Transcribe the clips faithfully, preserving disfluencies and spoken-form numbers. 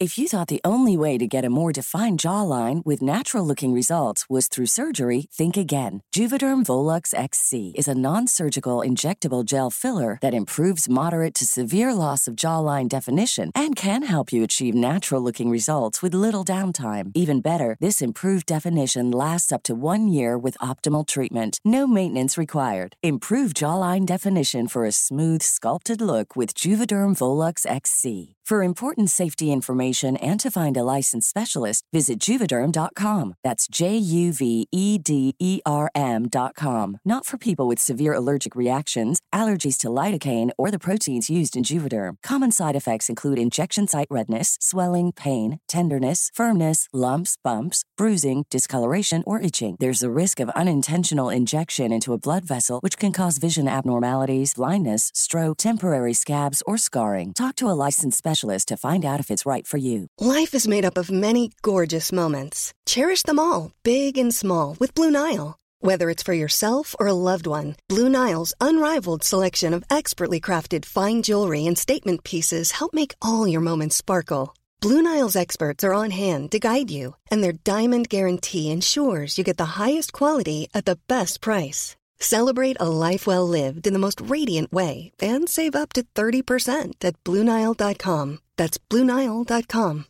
If you thought the only way to get a more defined jawline with natural-looking results was through surgery, think again. Juvederm Volux X C is a non-surgical injectable gel filler that improves moderate to severe loss of jawline definition and can help you achieve natural-looking results with little downtime. Even better, this improved definition lasts up to one year with optimal treatment. No maintenance required. Improve jawline definition for a smooth, sculpted look with Juvederm Volux X C. For important safety information and to find a licensed specialist, visit Juvederm dot com. That's J U V E D E R M dot com. Not for people with severe allergic reactions, allergies to lidocaine, or the proteins used in Juvederm. Common side effects include injection site redness, swelling, pain, tenderness, firmness, lumps, bumps, bruising, discoloration, or itching. There's a risk of unintentional injection into a blood vessel, which can cause vision abnormalities, blindness, stroke, temporary scabs, or scarring. Talk to a licensed specialist to find out if it's right for you. Life is made up of many gorgeous moments. Cherish them all, big and small, with Blue Nile. Whether it's for yourself or a loved one, Blue Nile's unrivaled selection of expertly crafted fine jewelry and statement pieces help make all your moments sparkle. Blue Nile's experts are on hand to guide you, and their diamond guarantee ensures you get the highest quality at the best price. Celebrate a life well lived in the most radiant way and save up to thirty percent at Blue Nile dot com. That's Blue Nile dot com.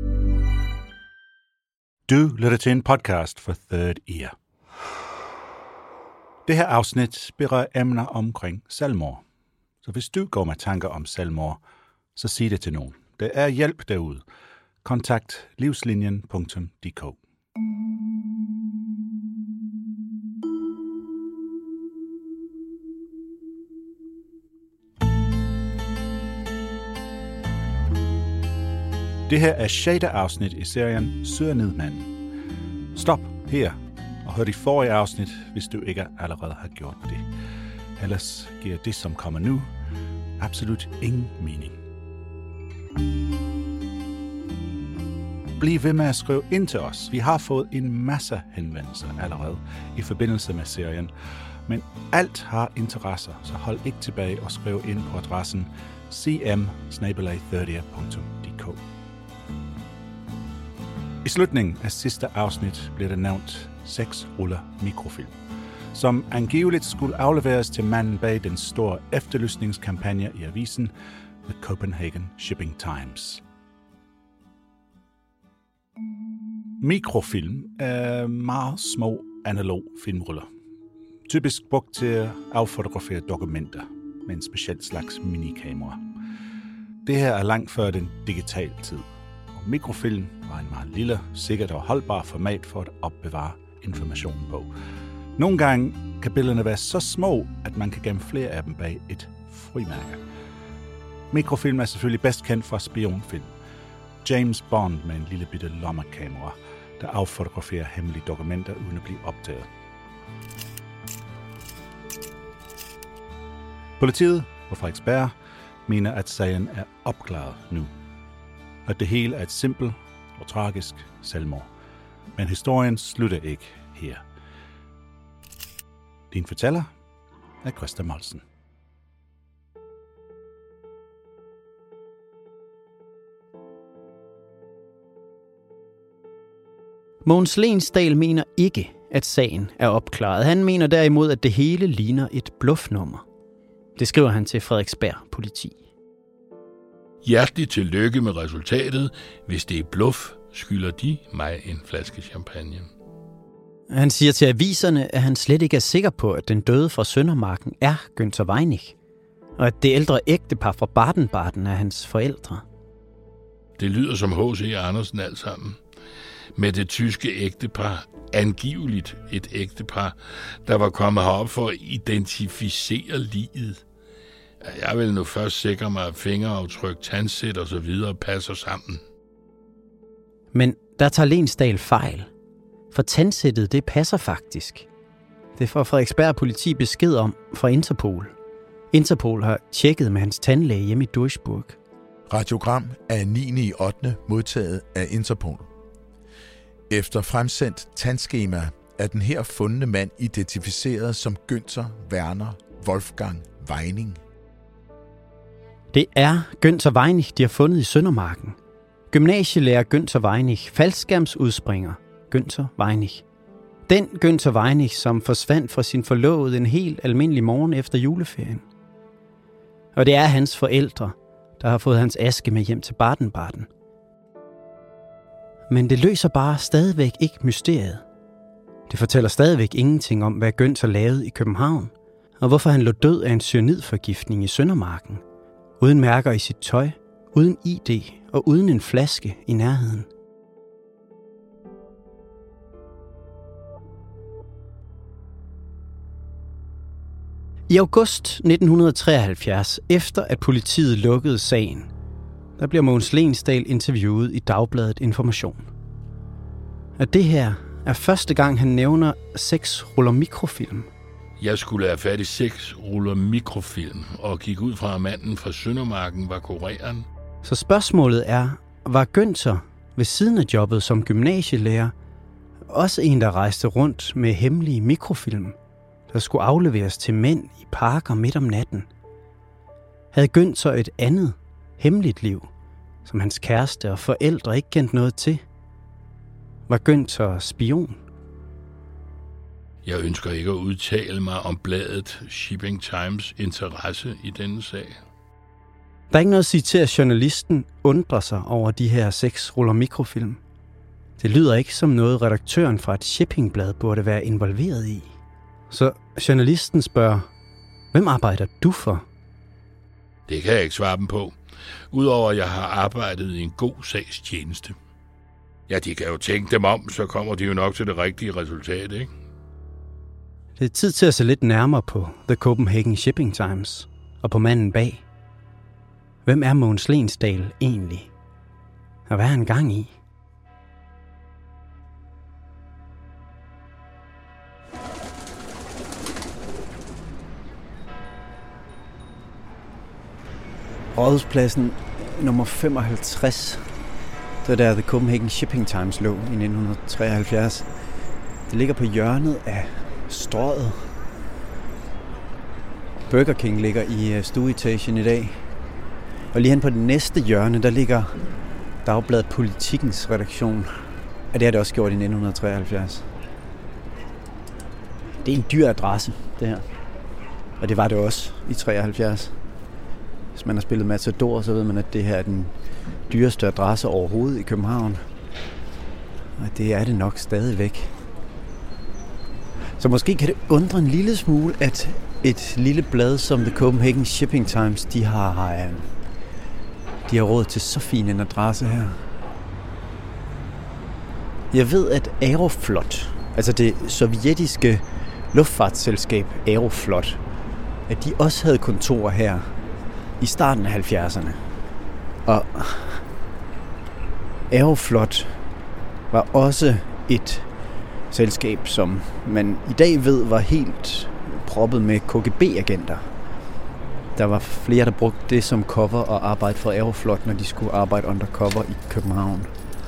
Du lytter til en podcast for Third Ear. Det her afsnit berører emner omkring selvmord. Så hvis du går med tanker om selvmord, så sig det til nogen. Der er hjælp derude. Kontakt livslinjen punktum d k. Det her er sjette afsnit i serien Cyanidmanden. Stop her og hør de forrige afsnit, hvis du ikke allerede har gjort det. Ellers giver det, som kommer nu, absolut ingen mening. Bliv ved med at skrive ind til os. Vi har fået en masse henvendelser allerede i forbindelse med serien. Men alt har interesser, så hold ikke tilbage og skriv ind på adressen c m bindestreg third ear punktum d k. I slutningen af sidste afsnit blev der nævnt seks ruller mikrofilm, som angiveligt skulle afleveres til manden bag den store efterlysningskampagne i avisen The Copenhagen Shipping Times. Mikrofilm er meget små analog filmruller, typisk brugt til at affotografere dokumenter med en speciel slags minikamera. Det her er langt før den digitale tid. Mikrofilm var en meget lille, sikkert og holdbar format for at opbevare informationen på. Nogle gange kan billederne være så små, at man kan gemme flere af dem bag et frimærke. Mikrofilm er selvfølgelig bedst kendt fra spionfilm. James Bond med en lille bitte lommekamera, der affotograferer hemmelige dokumenter uden at blive opdaget. Politiet på Frederiksberg mener, at sagen er opklaret nu. At det hele er et simpelt og tragisk selvmord. Men historien slutter ikke her. Din fortæller er Christa Molsen. Mogens Lensdal mener ikke, at sagen er opklaret. Han mener derimod, at det hele ligner et bluffnummer. Det skriver han til Frederiksberg Politi. Hjertelig tillykke med resultatet. Hvis det er bluff, skylder de mig en flaske champagne. Han siger til aviserne, at han slet ikke er sikker på, at den døde fra Søndermarken er Günther Weinig, og at det ældre ægtepar fra Baden-Baden er hans forældre. Det lyder som H C Andersen alt sammen. Med det tyske ægtepar, angiveligt et ægtepar, der var kommet herop for at identificere liget. Jeg vil nu først sikre mig, at fingeraftryk, tandsæt og så videre passer sammen. Men der tager Lensdal fejl, for tandsættet det passer faktisk. Det får Frederiksberg Politi besked om fra Interpol. Interpol har tjekket med hans tandlæge hjemme i Duisburg. Radiogram er niende i ottende modtaget af Interpol. Efter fremsendt tandskema er den her fundne mand identificeret som Günther Werner Wolfgang Weining. Det er Günther Weinig, de har fundet i Søndermarken. Gymnasielærer Günther Weinig, faldskærmsudspringer Günther Weinig. Den Günther Weinig, som forsvandt fra sin forlovede en helt almindelig morgen efter juleferien. Og det er hans forældre, der har fået hans aske med hjem til Baden-Baden. Men det løser bare stadigvæk ikke mysteriet. Det fortæller stadigvæk ingenting om, hvad Günther lavede i København, og hvorfor han lå død af en cyanidforgiftning i Søndermarken, uden mærker i sit tøj, uden I D og uden en flaske i nærheden. I august nitten treoghalvfjerds, efter at politiet lukkede sagen, der bliver Mogens Lensdal interviewet i Dagbladet Information. Og det her er første gang, han nævner seks ruller mikrofilm. Jeg skulle have fat i seks ruller mikrofilm, og gik ud fra, at manden fra Søndermarken var kureren. Så spørgsmålet er, var Günther ved siden af jobbet som gymnasielærer også en, der rejste rundt med hemmelige mikrofilm, der skulle afleveres til mænd i parker midt om natten? Havde Günther et andet, hemmeligt liv, som hans kæreste og forældre ikke kendte noget til? Var Günther spion? Jeg ønsker ikke at udtale mig om bladet Shipping Times interesse i denne sag. Der er ikke noget at sige til, at journalisten undrer sig over de her seks ruller mikrofilm. Det lyder ikke som noget, redaktøren fra et shippingblad burde være involveret i. Så journalisten spørger, hvem arbejder du for? Det kan jeg ikke svare dem på. Udover at jeg har arbejdet i en god sags tjeneste. Ja, de kan jo tænke dem om, så kommer de jo nok til det rigtige resultat, ikke? Det er tid til at se lidt nærmere på The Copenhagen Shipping Times og på manden bag. Hvem er Mogens Lensdal egentlig? Og hvad er han gang i? Rådhuspladsen nummer femoghalvtreds. Det er der The Copenhagen Shipping Times lå i nitten treoghalvfjerds. Det ligger på hjørnet af Strøget. Burger King ligger i stueetagen i dag. Og lige hen på det næste hjørne, der ligger Dagbladet Politikens redaktion. Og det har det også gjort i nitten treoghalvfjerds. Det er en dyr adresse, det her. Og det var det også i treoghalvfjerds. Hvis man har spillet Matador, så ved man, at det her er den dyreste adresse overhovedet i København. Og det er det nok stadigvæk. Så måske kan det undre en lille smule, at et lille blad som The Copenhagen Shipping Times, de har, øh, de har råd til så fin en adresse her. Jeg ved, at Aeroflot, altså det sovjetiske luftfartsselskab Aeroflot, at de også havde kontorer her i starten af halvfjerdserne. Og Aeroflot var også et selskab, som man i dag ved var helt proppet med K G B-agenter. Der var flere, der brugte det som cover og arbejde for Aeroflot, når de skulle arbejde undercover i København.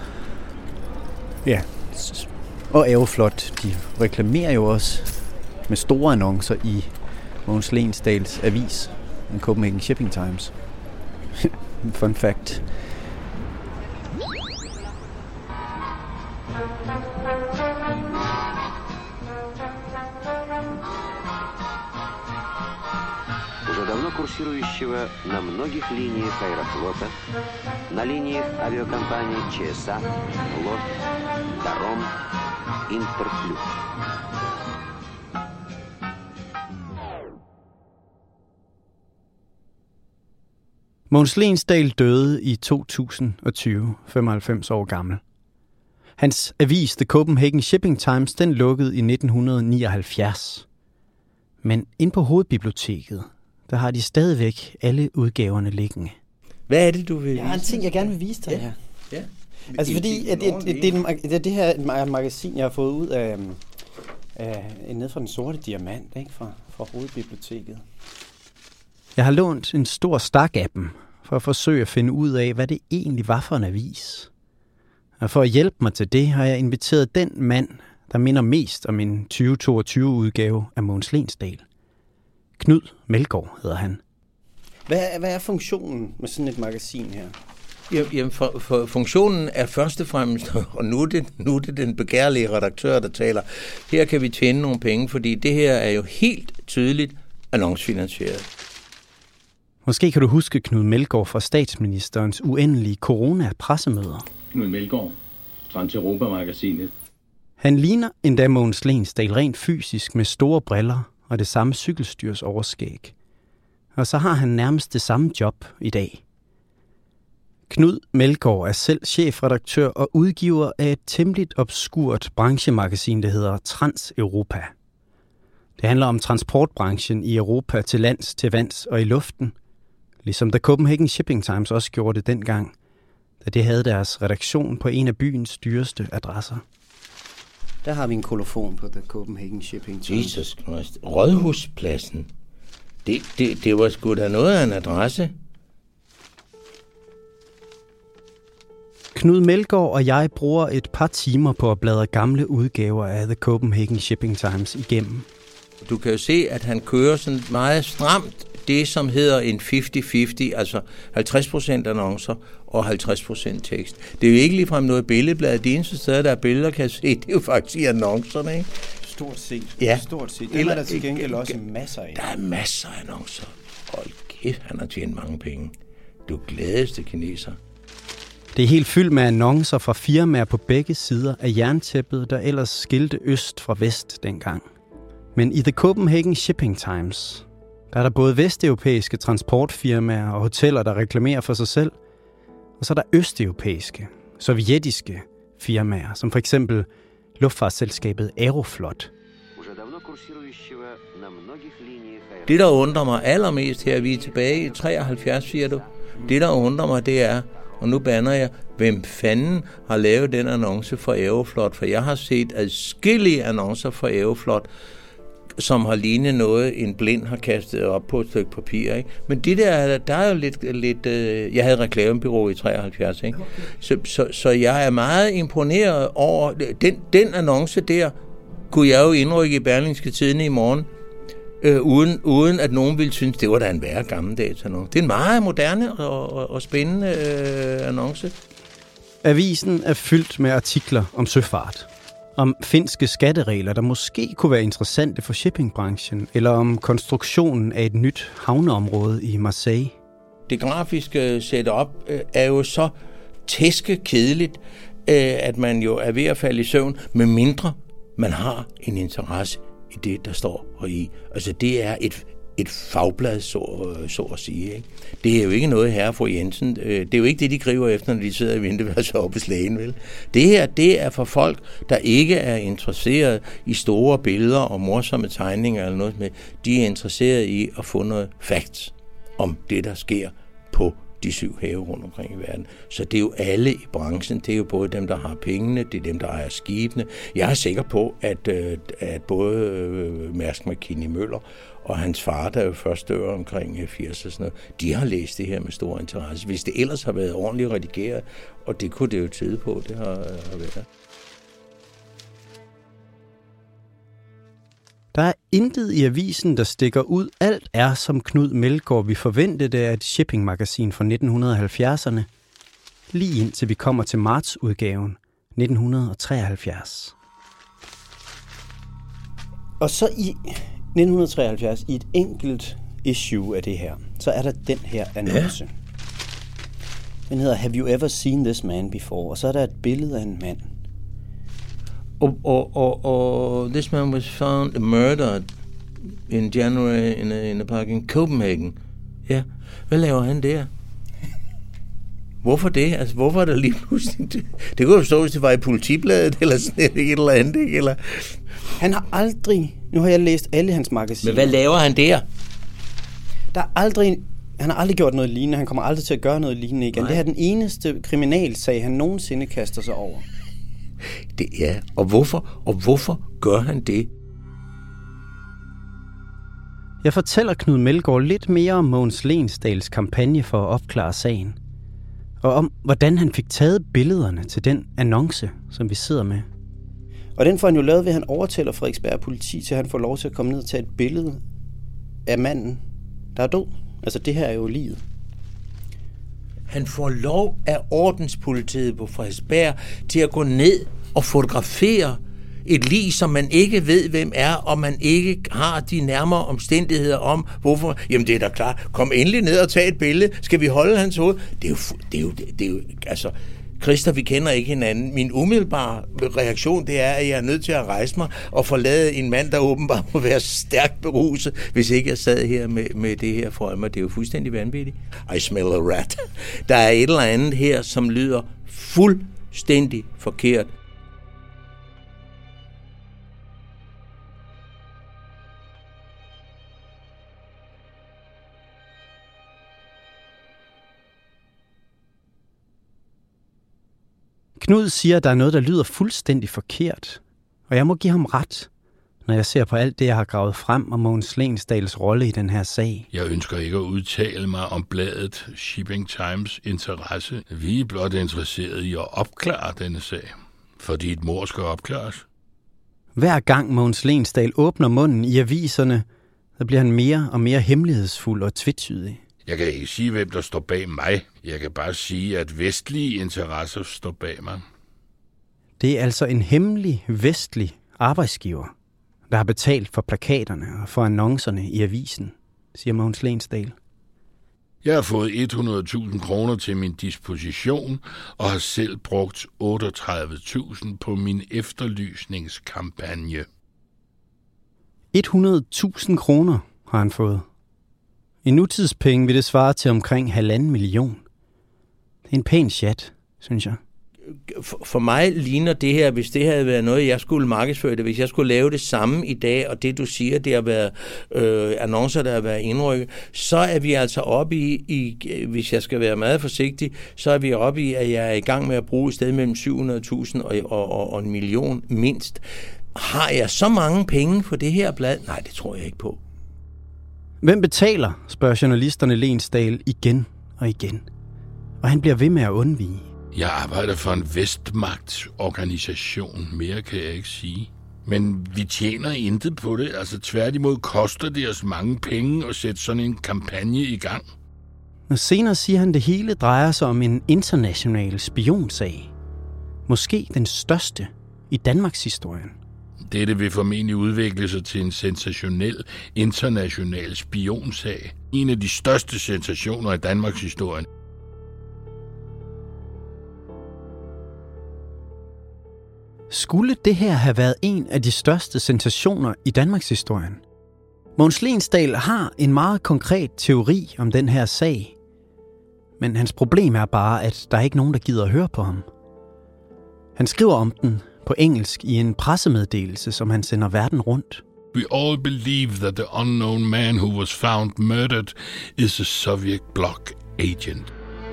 Ja, og Aeroflot, de reklamerer jo også med store annoncer i Mogens Lensdals avis, den Copenhagen Shipping Times. Fun fact. Уже давно курсирующего на многих линиях Аэрофлота, на линиях авиакомпаний ЧСА, Флот, Даром, Интерфлют. Mogens Lensdal døde i to tusind og tyve, femoghalvfems år gammel. Hans avis, The Copenhagen Shipping Times, den lukkede i nitten nioghalvfjerds. Men inde på hovedbiblioteket, der har de stadigvæk alle udgaverne liggende. Hvad er det, du vil vise? Jeg har en ting, jeg gerne vil vise dig her. Ja. ja. Altså fordi, at det, det, det, det, det, det her er et magasin, jeg har fået ud af, af ned fra Den Sorte Diamant, ikke? Fra, fra hovedbiblioteket. Jeg har lånt en stor stak af dem, for at forsøge at finde ud af, hvad det egentlig var for en avis. Og for at hjælpe mig til det, har jeg inviteret den mand, der minder mest om en tyve toogtyve-udgave af Mogens Lensdal. Knud Melgaard hedder han. Hvad er, hvad er funktionen med sådan et magasin her? Jamen, for, for funktionen er først og fremmest, og nu er, det, nu er det den begærlige redaktør, der taler, her kan vi tjene nogle penge, fordi det her er jo helt tydeligt annoncefinansieret. Måske kan du huske Knud Meldgaard fra statsministerens uendelige corona-pressemøder. Knud Meldgaard, Trans-Europa-magasinet. Han ligner endda Mogens Lensdal rent fysisk med store briller og det samme cykelstyrs overskæg. Og så har han nærmest det samme job i dag. Knud Meldgaard er selv chefredaktør og udgiver af et temmeligt obskurt branchemagasin, der hedder Trans-Europa. Det handler om transportbranchen i Europa til lands, til vands og i luften, ligesom The Copenhagen Shipping Times også gjorde det dengang, da det havde deres redaktion på en af byens dyreste adresser. Der har vi en kolofon på The Copenhagen Shipping Times. Jesus Christ. Rådhuspladsen. Det, det, det var sgu da noget af en adresse. Knud Meldgaard og jeg bruger et par timer på at bladre gamle udgaver af The Copenhagen Shipping Times igennem. Du kan jo se, at han kører sådan meget stramt det, som hedder en halvtreds halvtreds, altså halvtreds procent annoncer og halvtreds procent tekst. Det er jo ikke ligefrem noget billedblad. Det eneste sted, der er billeder, kan jeg se, det er jo faktisk i annoncerne, ikke? Stort set. Ja. Stort set. Det er der til gengæld også masser af. Der er masser af annoncer. Hold kæft, han har tjent mange penge. Du glædeste kineser. Det er helt fyldt med annoncer fra firmaer på begge sider af jerntæppet, der ellers skilte øst fra vest dengang. Men i The Copenhagen Shipping Times, der er der både vesteuropæiske transportfirmaer og hoteller, der reklamerer for sig selv, og så er der østeuropæiske, sovjetiske firmaer, som for eksempel luftfartsselskabet Aeroflot. Det, der undrer mig allermest her, vi er tilbage i treoghalvfjerds, siger du. Det, der undrer mig, det er, og nu bander jeg, hvem fanden har lavet den annonce for Aeroflot? For jeg har set adskillige annoncer for Aeroflot, som har lignet noget, en blind har kastet op på et stykke papir, ikke? Men det der, der er jo lidt... lidt øh, jeg havde reklamebureau i treoghalvfjerds, ikke? Så, så, så jeg er meget imponeret over... Den, den annonce der, kunne jeg jo indrykke i Berlingske Tidende i morgen, øh, uden, uden at nogen ville synes, det var da en værre gammeldags annonce. Det er en meget moderne og, og, og spændende øh, annonce. Avisen er fyldt med artikler om søfart. Om finske skatteregler, der måske kunne være interessante for shippingbranchen, eller om konstruktionen af et nyt havneområde i Marseille. Det grafiske setup øh, er jo så tæskekedeligt, øh, at man jo er ved at falde i søvn, med mindre man har en interesse i det, der står heri. Altså det er et, et fagblad, så, så at sige. Ikke? Det er jo ikke noget herre for Jensen. Det er jo ikke det, de griber efter, når de sidder i venteværelset oppe i Slagen, vel? Det her, det er for folk, der ikke er interesseret i store billeder og morsomme tegninger eller noget med. De er interesseret i at få noget facts om det, der sker på de syv have rundt omkring i verden. Så det er jo alle i branchen. Det er jo både dem, der har pengene, det er dem, der ejer skibene. Jeg er sikker på, at, at både Mærsk Mc-Kinney Møller og hans far, der jo først dør omkring firs og sådan noget, de har læst det her med stor interesse. Hvis det ellers har været ordentligt redigeret, og det kunne det jo tyde på, det har, har været. Der er intet i avisen, der stikker ud. Alt er, som Knud Meldgaard vi forventede af et shippingmagasin fra nitten halvfjerdserne, lige indtil vi kommer til martsudgaven nitten treoghalvfjerds. Og så i nitten treoghalvfjerds, i et enkelt issue af det her, så er der den her annonce. Ja. Den hedder Have you ever seen this man before? Og så er der et billede af en mand. Og, og, og, og this man was found murdered in January in a, in a park in Copenhagen. Ja, hvad laver han der? Hvorfor det? Altså, hvorfor er der lige pludselig... Det, det kunne jo stå, hvis det var i Politibladet, eller sådan et eller andet, ikke? Eller... Han har aldrig... Nu har jeg læst alle hans magasiner. Men hvad laver han der? Der er aldrig... Han har aldrig gjort noget lignende. Han kommer aldrig til at gøre noget lignende igen. Nej. Det er den eneste kriminalsag, han nogensinde kaster sig over. Det er. Og hvorfor? Og hvorfor gør han det? Jeg fortæller Knud Meldgaard lidt mere om Mogens Lensdals kampagne for at opklare sagen. Og om, hvordan han fik taget billederne til den annonce, som vi sidder med. Og den får han jo lavet ved, at han overtæller Frederiksberg politi til, at han får lov til at komme ned og tage et billede af manden, der er død. Altså, det her er jo livet. Han får lov af ordenspolitiet på Frederiksberg til at gå ned og fotografere et lig, som man ikke ved, hvem er, og man ikke har de nærmere omstændigheder om, hvorfor. Jamen, det er da klart. Kom endelig ned og tag et billede. Skal vi holde hans hoved? Det er jo, det er jo, det er jo altså, Christa, vi kender ikke hinanden. Min umiddelbare reaktion, det er, at jeg er nødt til at rejse mig og forlade en mand, der åbenbart må være stærkt beruset, hvis ikke jeg sad her med, med det her for mig. Det er jo fuldstændig vanvittigt. I smell a rat. Der er et eller andet her, som lyder fuldstændig forkert. Knud siger, at der er noget, der lyder fuldstændig forkert, og jeg må give ham ret, når jeg ser på alt det, jeg har gravet frem om Mogens Lensdals rolle i den her sag. Jeg ønsker ikke at udtale mig om bladet Shipping Times interesse. Vi er blot interesseret i at opklare denne sag, fordi et mord skal opklares. Hver gang Mogens Lensdal åbner munden i aviserne, så bliver han mere og mere hemmelighedsfuld og tvetydig. Jeg kan ikke sige, hvem der står bag mig. Jeg kan bare sige, at vestlige interesser står bag mig. Det er altså en hemmelig vestlig arbejdsgiver, der har betalt for plakaterne og for annoncerne i avisen, siger Mogens Lensdal. Jeg har fået hundrede tusind kroner til min disposition og har selv brugt otteogtredive tusind på min efterlysningskampagne. hundrede tusind kroner har han fået. I nutidspenge vil det svare til omkring halvanden million. Det er en pæn chat, synes jeg. For mig ligner det her, hvis det havde været noget, jeg skulle markedsføre det, hvis jeg skulle lave det samme i dag, og det du siger, det har været øh, annoncer, der har været indrykket, så er vi altså oppe i, i, hvis jeg skal være meget forsigtig, så er vi oppe i, at jeg er i gang med at bruge et sted mellem syv hundrede tusind og, og, og, og en million mindst. Har jeg så mange penge på det her blad? Nej, det tror jeg ikke på. Hvem betaler, spørger journalisterne Lensdal igen og igen. Og han bliver ved med at undvige. Jeg arbejder for en vestmagtsorganisation. Mere kan jeg ikke sige. Men vi tjener intet på det. Altså tværtimod koster det os mange penge at sætte sådan en kampagne i gang. Og senere siger han, at det hele drejer sig om en international spionsag. Måske den største i Danmarks historien. Dette vil formentlig udvikle sig til en sensationel international spionsag. En af de største sensationer i Danmarks historie. Skulle det her have været en af de største sensationer i Danmarks historien? Mogens Lensdal har en meget konkret teori om den her sag. Men hans problem er bare, at der er ikke nogen, der gider at høre på ham. Han skriver om den på engelsk i en pressemeddelelse, som han sender verden rundt. We all believe that the unknown man who was found murdered is a Soviet bloc agent.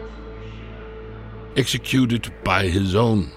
Executed by his own.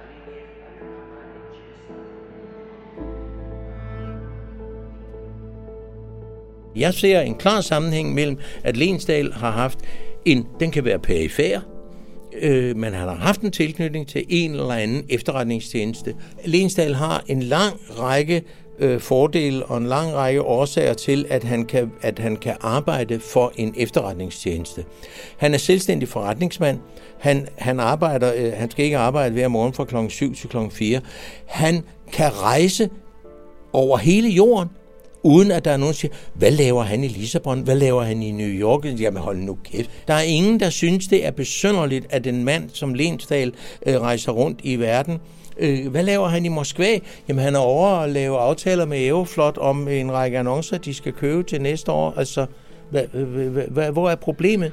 Jeg ser en klar sammenhæng mellem, at Lensdal har haft en, den kan være perifær, øh, men han har haft en tilknytning til en eller anden efterretningstjeneste. Lensdal har en lang række øh, fordele og en lang række årsager til, at han, kan, at han kan arbejde for en efterretningstjeneste. Han er selvstændig forretningsmand. Han, han, arbejder, øh, han skal ikke arbejde hver morgen fra klokken syv til klokken fire. Han kan rejse over hele jorden, uden at der er nogen, der siger, hvad laver han i Lissabon? Hvad laver han i New York? Jamen hold nu kæft. Der er ingen, der synes, det er besynderligt, at en mand som Lensdal øh, rejser rundt i verden. Øh, hvad laver han i Moskva? Jamen han er over at lave aftaler med Aeroflot om en række annoncer, de skal købe til næste år. Altså, hvad, hvad, hvad, hvor er problemet?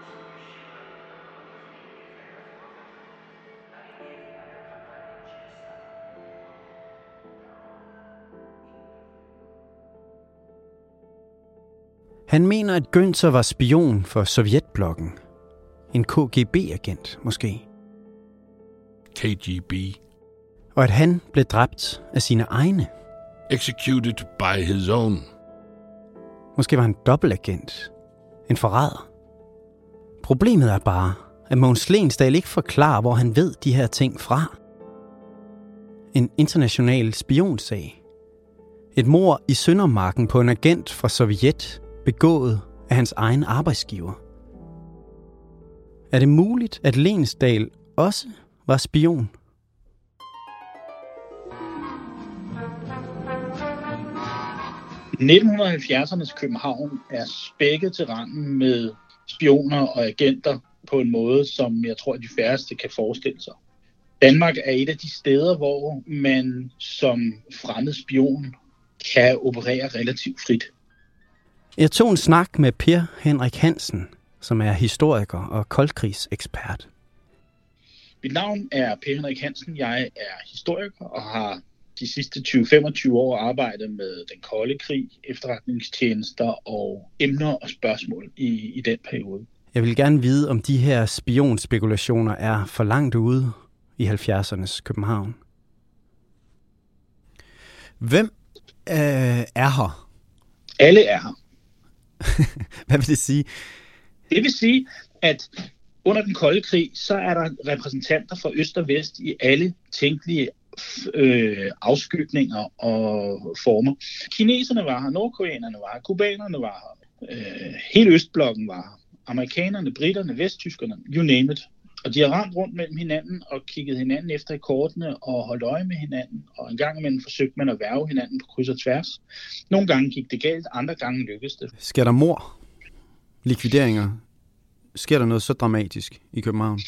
Han mener, at Günther var spion for Sovjetblokken. En K G B-agent, måske. K G B. Og at han blev dræbt af sine egne. Executed by his own. Måske var han dobbeltagent. En forræder. Problemet er bare, at Mogens Lensdal ikke forklarer, hvor han ved de her ting fra. En international spionsag. Et mord i Søndermarken på en agent fra Sovjet, begået af hans egen arbejdsgiver. Er det muligt, at Lensdal også var spion? nitten halvfjerdsernes København er spækket til randen med spioner og agenter på en måde, som jeg tror, de færreste kan forestille sig. Danmark er et af de steder, hvor man som fremmed spion kan operere relativt frit. Jeg tog en snak med Per Henrik Hansen, som er historiker og koldkrigsekspert. Mit navn er Per Henrik Hansen. Jeg er historiker og har de sidste tyve til femogtyve år arbejdet med den kolde krig, efterretningstjenester og emner og spørgsmål i, i den periode. Jeg vil gerne vide, om de her spionspekulationer er for langt ude i halvfjerdsernes København. Hvem øh, er her? Alle er her. Hvad vil det sige? Det vil sige, at under den kolde krig, så er der repræsentanter fra øst og vest i alle tænkelige øh, afskygninger og former. Kineserne var her, nordkoreanerne var her, kubanerne var her, øh, hele Østblokken var her, amerikanerne, britterne, vesttyskerne, you name it. Og de har rendt rundt mellem hinanden og kigget hinanden efter i kortene og holdt øje med hinanden. Og en gang imellem forsøgte man at værve hinanden på kryds og tværs. Nogle gange gik det galt, andre gange lykkedes det. Sker der mord? Likvideringer? Sker der noget så dramatisk i København?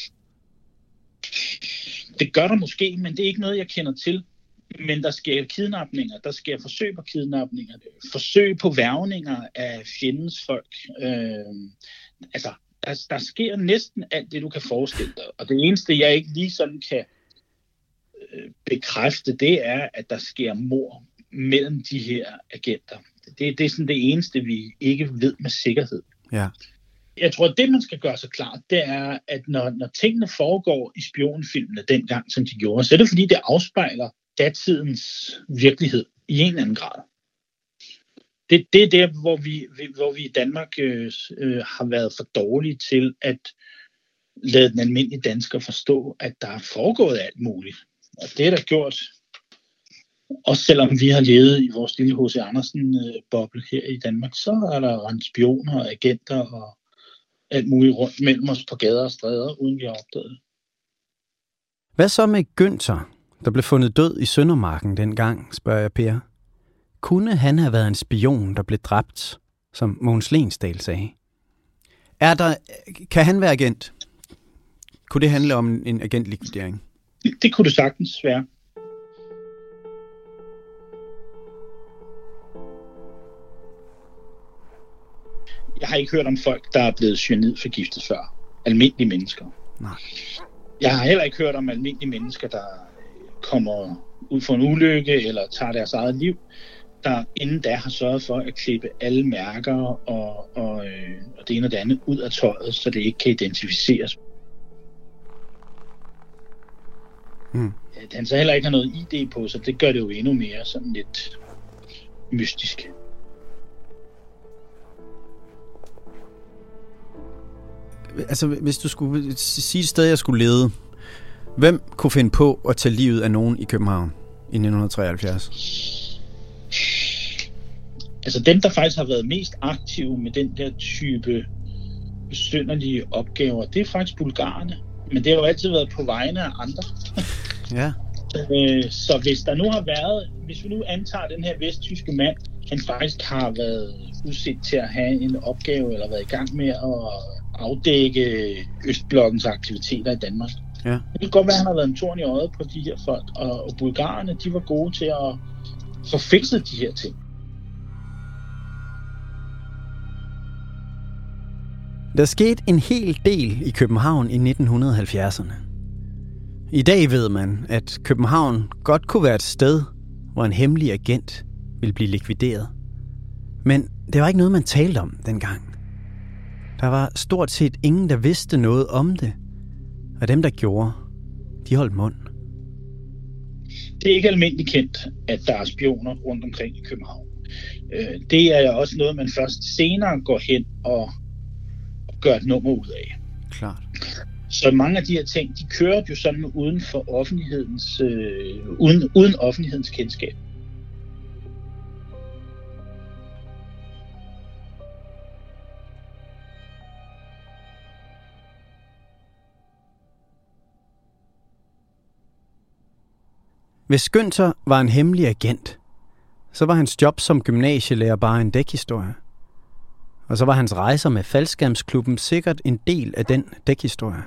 Det gør der måske, men det er ikke noget, jeg kender til. Men der sker kidnapninger, der sker forsøg på kidnapninger, forsøg på værvninger af fjendens folk. Øh, altså, der, der sker næsten alt det, du kan forestille dig. Og det eneste, jeg ikke lige sådan kan øh, bekræfte, det er, at der sker mord mellem de her agenter. Det, det er sådan det eneste, vi ikke ved med sikkerhed. Ja. Jeg tror, at det, man skal gøre sig klart, det er, at når, når tingene foregår i spionfilmene dengang, som de gjorde, så er det fordi, det afspejler datidens virkelighed i en eller anden grad. Det, det er der, hvor vi, hvor vi i Danmark øh, har været for dårlige til at lade den almindelige dansker forstå, at der er foregået alt muligt. Og det er der gjort, også selvom vi har levet i vores lille H C Andersen-boble her i Danmark, så er der rendt spioner og agenter og alt muligt rundt mellem os på gader og stræder, uden vi har opdaget det. Hvad så med Günther, der blev fundet død i Søndermarken dengang, spørger jeg Per. Kunne han have været en spion, der blev dræbt, som Mogens Lensdal sagde? Er der, kan han være agent? Kunne det handle om en agentlikvidering? Det, det kunne det sagtens være. Jeg har ikke hørt om folk, der er blevet cyanidforgiftet før. Almindelige mennesker. Nej. Jeg har heller ikke hørt om almindelige mennesker, der kommer ud for en ulykke eller tager deres eget liv, der inden da har sørget for at klippe alle mærker og, og, øh, og det ene og det andet ud af tøjet, så det ikke kan identificeres. Hmm. At han så heller ikke har noget I D på, så det gør det jo endnu mere sådan lidt mystisk. Altså, hvis du skulle sige et sted, jeg skulle lede, hvem kunne finde på at tage livet af nogen i København i nitten treoghalvfjerds? Altså dem, der faktisk har været mest aktive med den der type besynderlige opgaver, det er faktisk bulgarerne. Men det har jo altid været på vegne af andre. Ja. Så hvis der nu har været, hvis vi nu antager den her vesttyske mand, han faktisk har været udset til at have en opgave, eller været i gang med at afdække Østblokkens aktiviteter i Danmark. Ja. Det kan godt være, at han har været en torn i øjet på de her folk, og, og bulgarerne, de var gode til at få fikset de her ting. Der skete en hel del i København i nitten halvfjerdserne. I dag ved man, at København godt kunne være et sted, hvor en hemmelig agent ville blive likvideret. Men det var ikke noget, man talte om dengang. Der var stort set ingen, der vidste noget om det. Og dem, der gjorde, de holdt mund. Det er ikke almindeligt kendt, at der er spioner rundt omkring i København. Det er også noget, man først senere går hen og gør et nummer ud af. Klart. Så mange af de her ting, de kører jo sådan uden for offentlighedens, øh, uden, uden offentlighedens kendskab. Hvis Günther var en hemmelig agent, så var hans job som gymnasielærer bare en dækhistorie. Og så var hans rejser med faldskærmsklubben sikkert en del af den dækhistorie.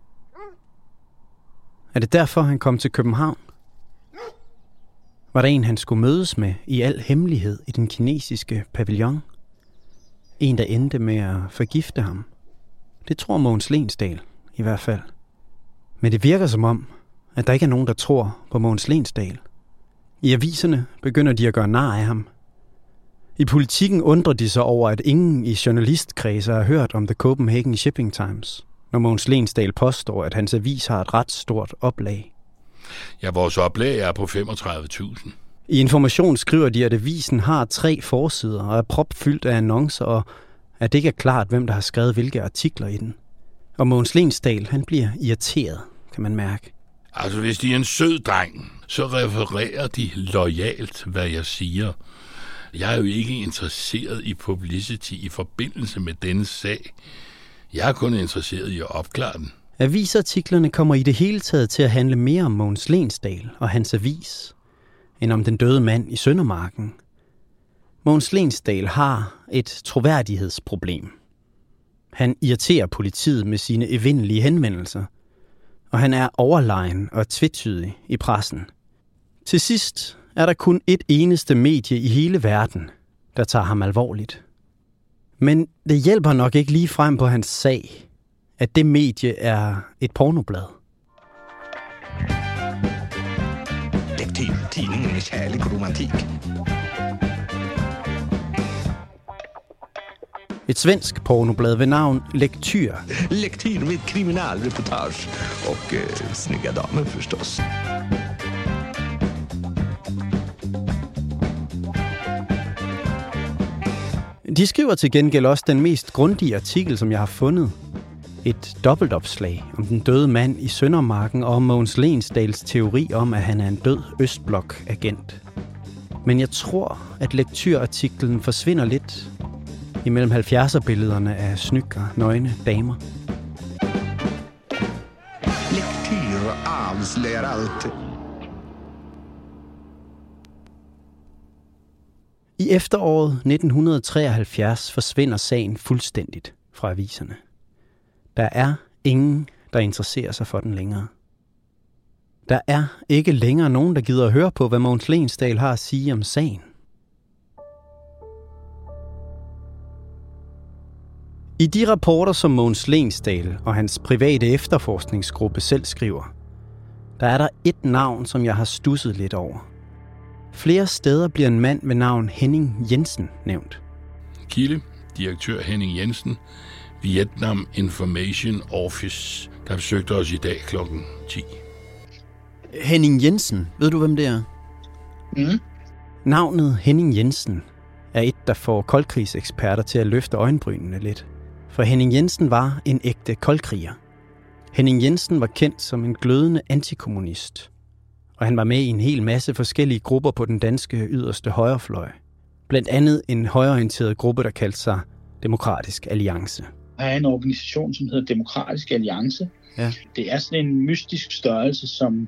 Er det derfor, han kom til København? Var der en, han skulle mødes med i al hemmelighed i den kinesiske pavillon? En, der endte med at forgifte ham? Det tror Mogens Lensdal i hvert fald. Men det virker som om, at der ikke er nogen, der tror på Mogens Lensdal. I aviserne begynder de at gøre nar af ham. I Politikken undrer de sig over, at ingen i journalistkredser har hørt om The Copenhagen Shipping Times, når Mogens Lensdal påstår, at hans avis har et ret stort oplag. Ja, vores oplag er på femogtredive tusind. I Information skriver de, at avisen har tre forsider og er propfyldt af annoncer, og at det ikke er klart, hvem der har skrevet hvilke artikler i den. Og Mogens Lensdal, han bliver irriteret, kan man mærke. Altså, hvis de er en sød dreng, så refererer de loyalt, hvad jeg siger. Jeg er jo ikke interesseret i publicity i forbindelse med denne sag. Jeg er kun interesseret i at opklare den. Avisartiklerne kommer i det hele taget til at handle mere om Mogens Lensdal og hans avis, end om den døde mand i Søndermarken. Mogens Lensdal har et troværdighedsproblem. Han irriterer politiet med sine evindelige henvendelser, og han er overlegen og tvetydig i pressen. Til sidst er der kun et eneste medie i hele verden, der tager ham alvorligt. Men det hjælper nok ikke lige frem på hans sag, at det medie er et pornoblad. Detektivtidningen med kærlig romantik. Et svensk pornoblad ved navn Lektyr. Lektyr med kriminalreportage och eh, snygga damer förstås. De skriver til gengæld også den mest grundige artikel, som jeg har fundet. Et dobbeltopslag om den døde mand i Søndermarken og om Mogens Lensdals teori om, at han er en død Østblok-agent. Men jeg tror, at lektyrartiklen forsvinder lidt imellem halvfjerdser-billederne af snykker, nøgne damer. Lektyr avslöjar allt. I efteråret nitten treoghalvfjerds forsvinder sagen fuldstændigt fra aviserne. Der er ingen, der interesserer sig for den længere. Der er ikke længere nogen, der gider at høre på, hvad Mogens Lensdal har at sige om sagen. I de rapporter, som Mogens Lensdal og hans private efterforskningsgruppe selv skriver, der er der et navn, som jeg har stusset lidt over. Flere steder bliver en mand ved navn Henning Jensen nævnt. Kilde, direktør Henning Jensen, Vietnam Information Office, der besøgte os i dag klokken ti. Henning Jensen, ved du hvem det er? Mm. Navnet Henning Jensen er et, der får koldkrigseksperter til at løfte øjenbrynene lidt. For Henning Jensen var en ægte koldkriger. Henning Jensen var kendt som en glødende antikommunist, og han var med i en hel masse forskellige grupper på den danske yderste højrefløj. Blandt andet en højreorienteret gruppe, der kaldte sig Demokratisk Alliance. Der er en organisation, som hedder Demokratisk Alliance. Ja. Det er sådan en mystisk størrelse, som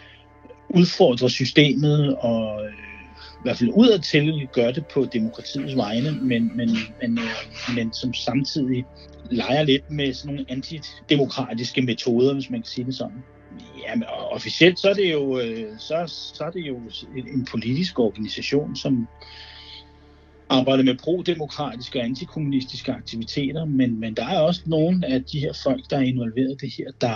udfordrer systemet og øh, i hvert fald udadtil gør det på demokratiets vegne, men, men, men, øh, men som samtidig leger lidt med sådan nogle antidemokratiske metoder, hvis man kan sige det sådan. Ja, men officielt så er det jo, øh, så, så er det jo en politisk organisation, som arbejder med pro-demokratiske og antikommunistiske aktiviteter, men, men der er også nogle af de her folk, der er involveret i det her, der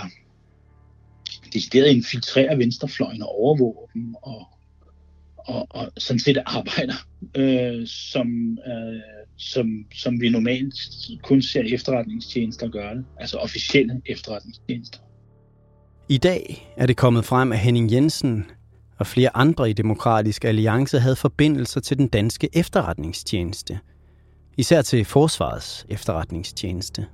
decideret infiltrerer venstrefløjen og overvåger dem, og, og, og sådan set arbejder, øh, som, øh, som, som vi normalt kun ser efterretningstjenester gøre det, altså officielle efterretningstjenester. I dag er det kommet frem, at Henning Jensen og flere andre i Demokratisk Alliance havde forbindelser til den danske efterretningstjeneste. Især til Forsvarets efterretningstjeneste.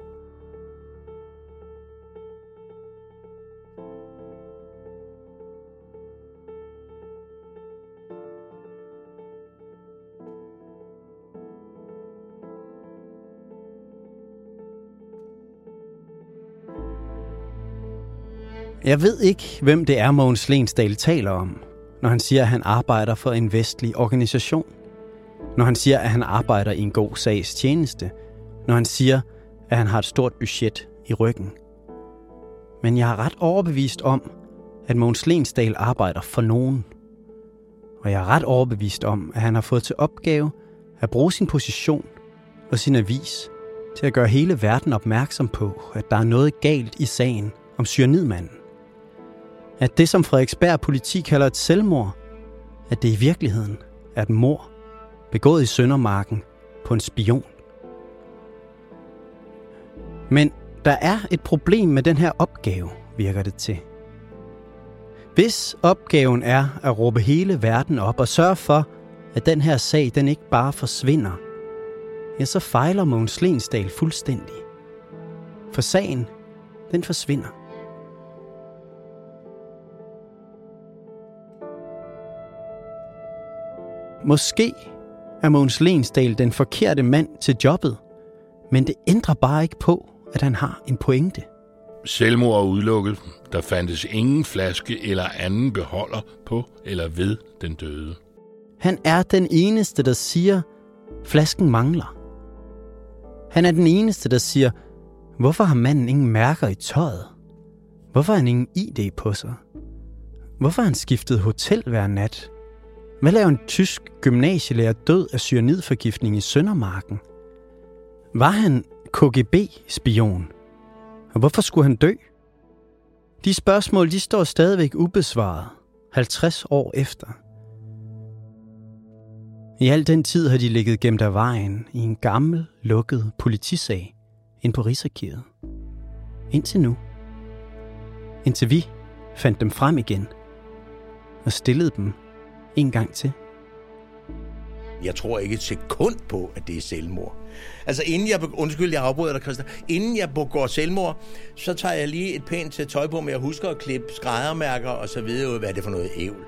Jeg ved ikke, hvem det er, Mogens Lensdal taler om, når han siger, at han arbejder for en vestlig organisation. Når han siger, at han arbejder i en god sags tjeneste. Når han siger, at han har et stort budget i ryggen. Men jeg er ret overbevist om, at Mogens Lensdal arbejder for nogen. Og jeg er ret overbevist om, at han har fået til opgave at bruge sin position og sin avis til at gøre hele verden opmærksom på, at der er noget galt i sagen om cyanidmanden. At det, som Frederiksberg politi kalder et selvmord, at det i virkeligheden er et mord begået i Søndermarken på en spion. Men der er et problem med den her opgave, virker det til. Hvis opgaven er at råbe hele verden op og sørge for, at den her sag den ikke bare forsvinder, ja, så fejler Mogens Lensdal fuldstændig. For sagen, den forsvinder. Måske er Mogens Lensdal den forkerte mand til jobbet, men det ændrer bare ikke på, at han har en pointe. Selvmord er udelukket. Der fandtes ingen flaske eller anden beholder på eller ved den døde. Han er den eneste, der siger, flasken mangler. Han er den eneste, der siger, hvorfor har manden ingen mærker i tøjet? Hvorfor har han ingen I D på sig? Hvorfor har han skiftet hotel hver nat? Hvad laver en tysk gymnasielærer død af cyanidforgiftning i Søndermarken? Var han K G B-spion? Og hvorfor skulle han dø? De spørgsmål, de står stadigvæk ubesvaret, halvtreds år efter. I al den tid har de ligget gemt af vejen i en gammel, lukket politisag ind på Rigsarkivet. Indtil nu. Indtil vi fandt dem frem igen og stillede dem en gang til. Jeg tror ikke et sekund på, at det er selvmord. Altså inden jeg, undskyld, jeg afbryder dig, Christa, inden jeg begår selvmord, så tager jeg lige et pænt til tøj på, men jeg husker at klippe skræddermærker og så videre, hvad er det for noget ævl.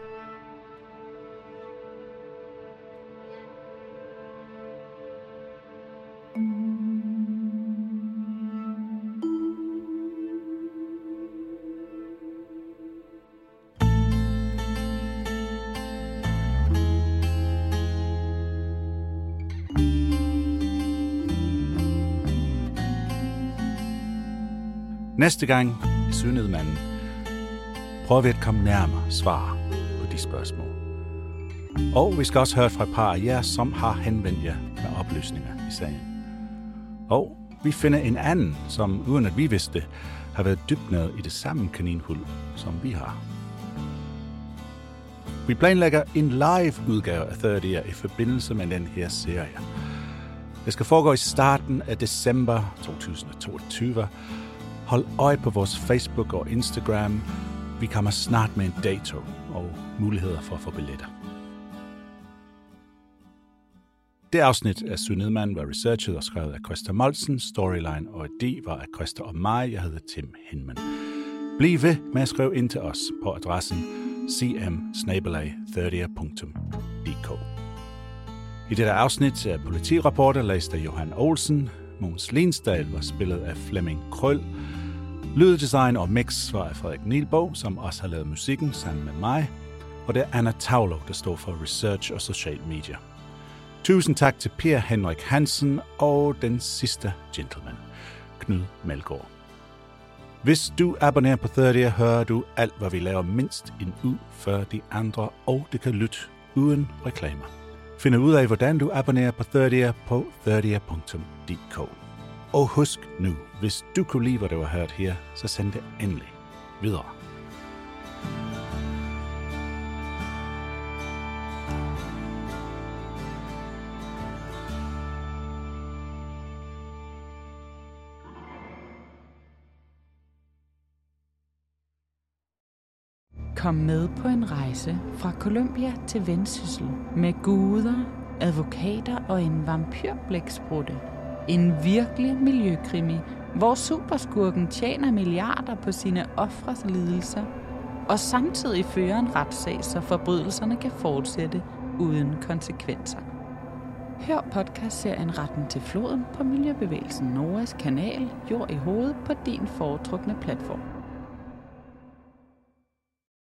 Næste gang i Cyanidmanden prøver vi at komme nærmere svar på de spørgsmål. Og vi skal også høre fra et par af jer, som har henvendt jer med oplysninger i sagen. Og vi finder en anden, som uden at vi vidste, har været dybt nede i det samme kaninhul, som vi har. Vi planlægger en live udgave af tredive i forbindelse med den her serie. Det skal foregå i starten af december to tusind og toogtyve. Hold øje på vores Facebook og Instagram. Vi kommer snart med en dato og muligheder for at få billetter. Det afsnit af Cyanidmanden var researchet og skrevet af Christa Moltzen. Storyline og idé var af Christa og mig. Jeg hedder Tim Hinman. Bliv ved med at skrive ind til os på adressen c m bindestreg tredive punktum d k. I dette afsnit af Politireporter læste Johan Olsen. Mogens Lensdal var spillet af Flemming Krøll. Lyddesign og mix var af Frederik Nielbo, som også har lavet musikken sammen med mig. Og det er Anna Taulo, der står for Research og Social Media. Tusind tak til Per Henrik Hansen og den sidste gentleman, Knud Melgaard. Hvis du abonnerer på tredive, hører du alt, hvad vi laver mindst en uge før de andre, og det kan lytte uden reklamer. Find ud af, hvordan du abonnerer på tredive på tredive punktum d k. Og husk nu, hvis du kunne lide, hvad du har hørt her, så send det endelig videre. Kom med på en rejse fra Colombia til Vendsyssel med guder, advokater og en vampyrblæksprutte. En virkelig miljøkrimi, hvor superskurken tjener milliarder på sine ofres lidelser, og samtidig fører en retssag, så forbrydelserne kan fortsætte uden konsekvenser. Hør podcastserien Retten til floden på Miljøbevægelsen Noras kanal Jord i hovedet på din foretrukne platform.